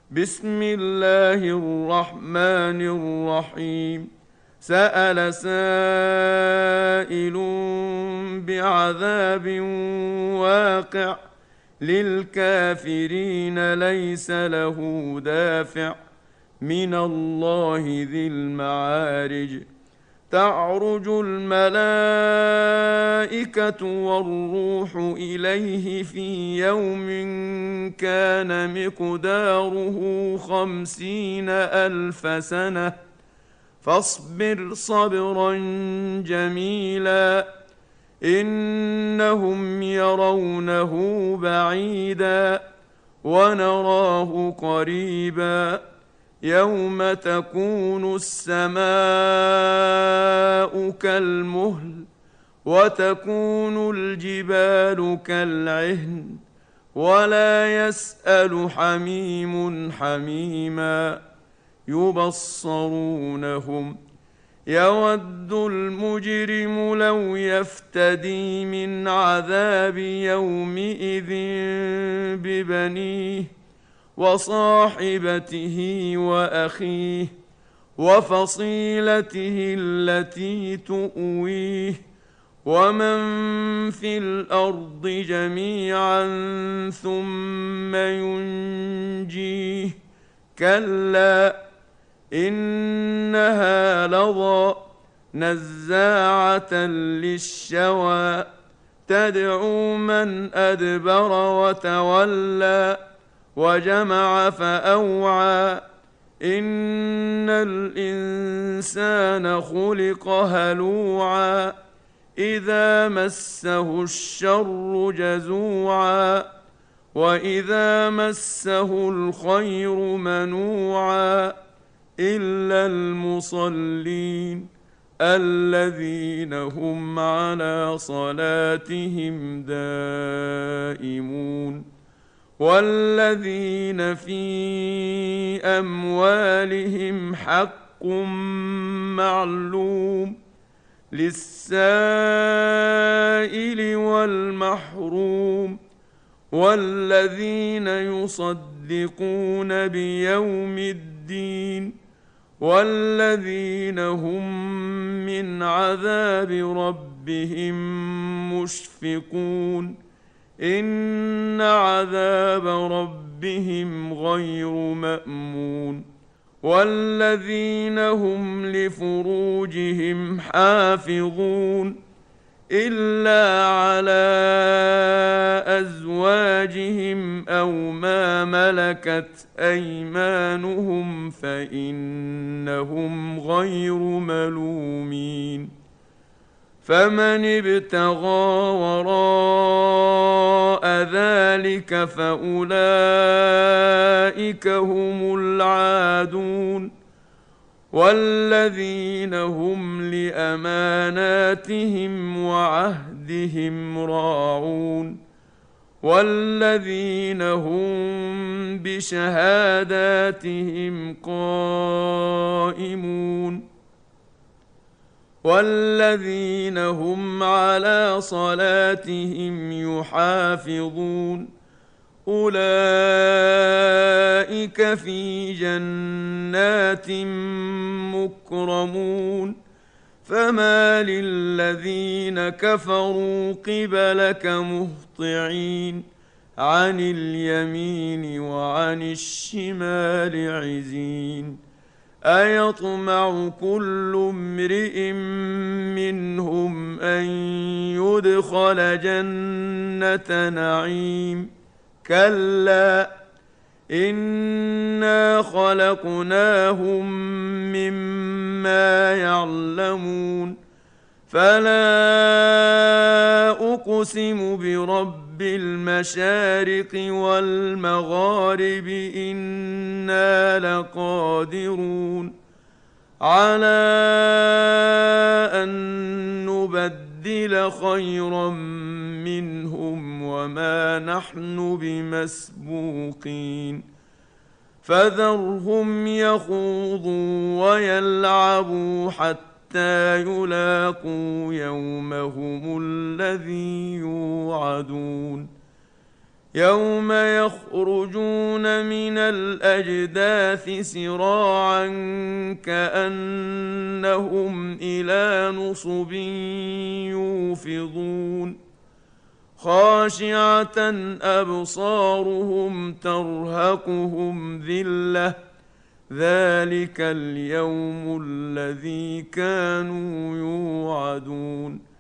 بسم الله الرحمن الرحيم. سأل سائل بعذاب واقع، للكافرين ليس له دافع، من الله ذي المعارج. تعرج الملائكة والروح إليه في يوم كان مقداره 50,000 سنة، فاصبر صبرا جميلا، إنهم يرونه بعيدا ونراه قريبا، يوم تكون السماء كالمهل وتكون الجبال كالعهن، ولا يسأل حميم حميما. يبصرونهم، يود المجرم لو يفتدي من عذاب يومئذ ببنيه وصاحبته وأخيه وفصيلته التي تؤويه، ومن في الأرض جميعا ثم ينجيه، كلا إنها لظى نزاعة للشوى، تدعو من أدبر وتولى وجمع فأوعى، إن الإنسان خلق هلوعا، إذا مسه الشر جزوعا، وإذا مسه الخير منوعا، إلا المصلين الذين هم على صلاتهم دائمون، والذين في أموالهم حق معلوم، للسائل والمحروم، والذين يصدقون بيوم الدين، والذين هم من عذاب ربهم مشفقون، إن عذاب ربهم غير مأمون، والذين هم لفروجهم حافظون، إلا على أزواجهم أو ما ملكت أيمانهم فإنهم غير ملومين، فمن ابتغى وراء ذلك فأولئك هم العادون، والذين هم لأماناتهم وعهدهم راعون، والذين هم بشهاداتهم قائمون، والذين هم على صلاتهم يحافظون، أولئك في جنات مكرمون، فما للذين كفروا قبلك مهطعين، عن اليمين وعن الشمال عزين، أيطمع كل امرئ منهم أن يدخل جنة نعيم، كلا إنا خلقناهم مما يعلمون، فلا أقسم برب المشارق والمغارب إنا لقادرون على أن نبدل خيرا منهم وما نحن بمسبوقين، فذرهم يخوضوا ويلعبوا حتى يلاقوا يومهم الذي يوعدون، يوم يخرجون من الأجداث سراعا كأنهم إلى نصب يوفضون خاشعة أبصارهم ترهقهم ذلة ذلك اليوم الذي كانوا يوعدون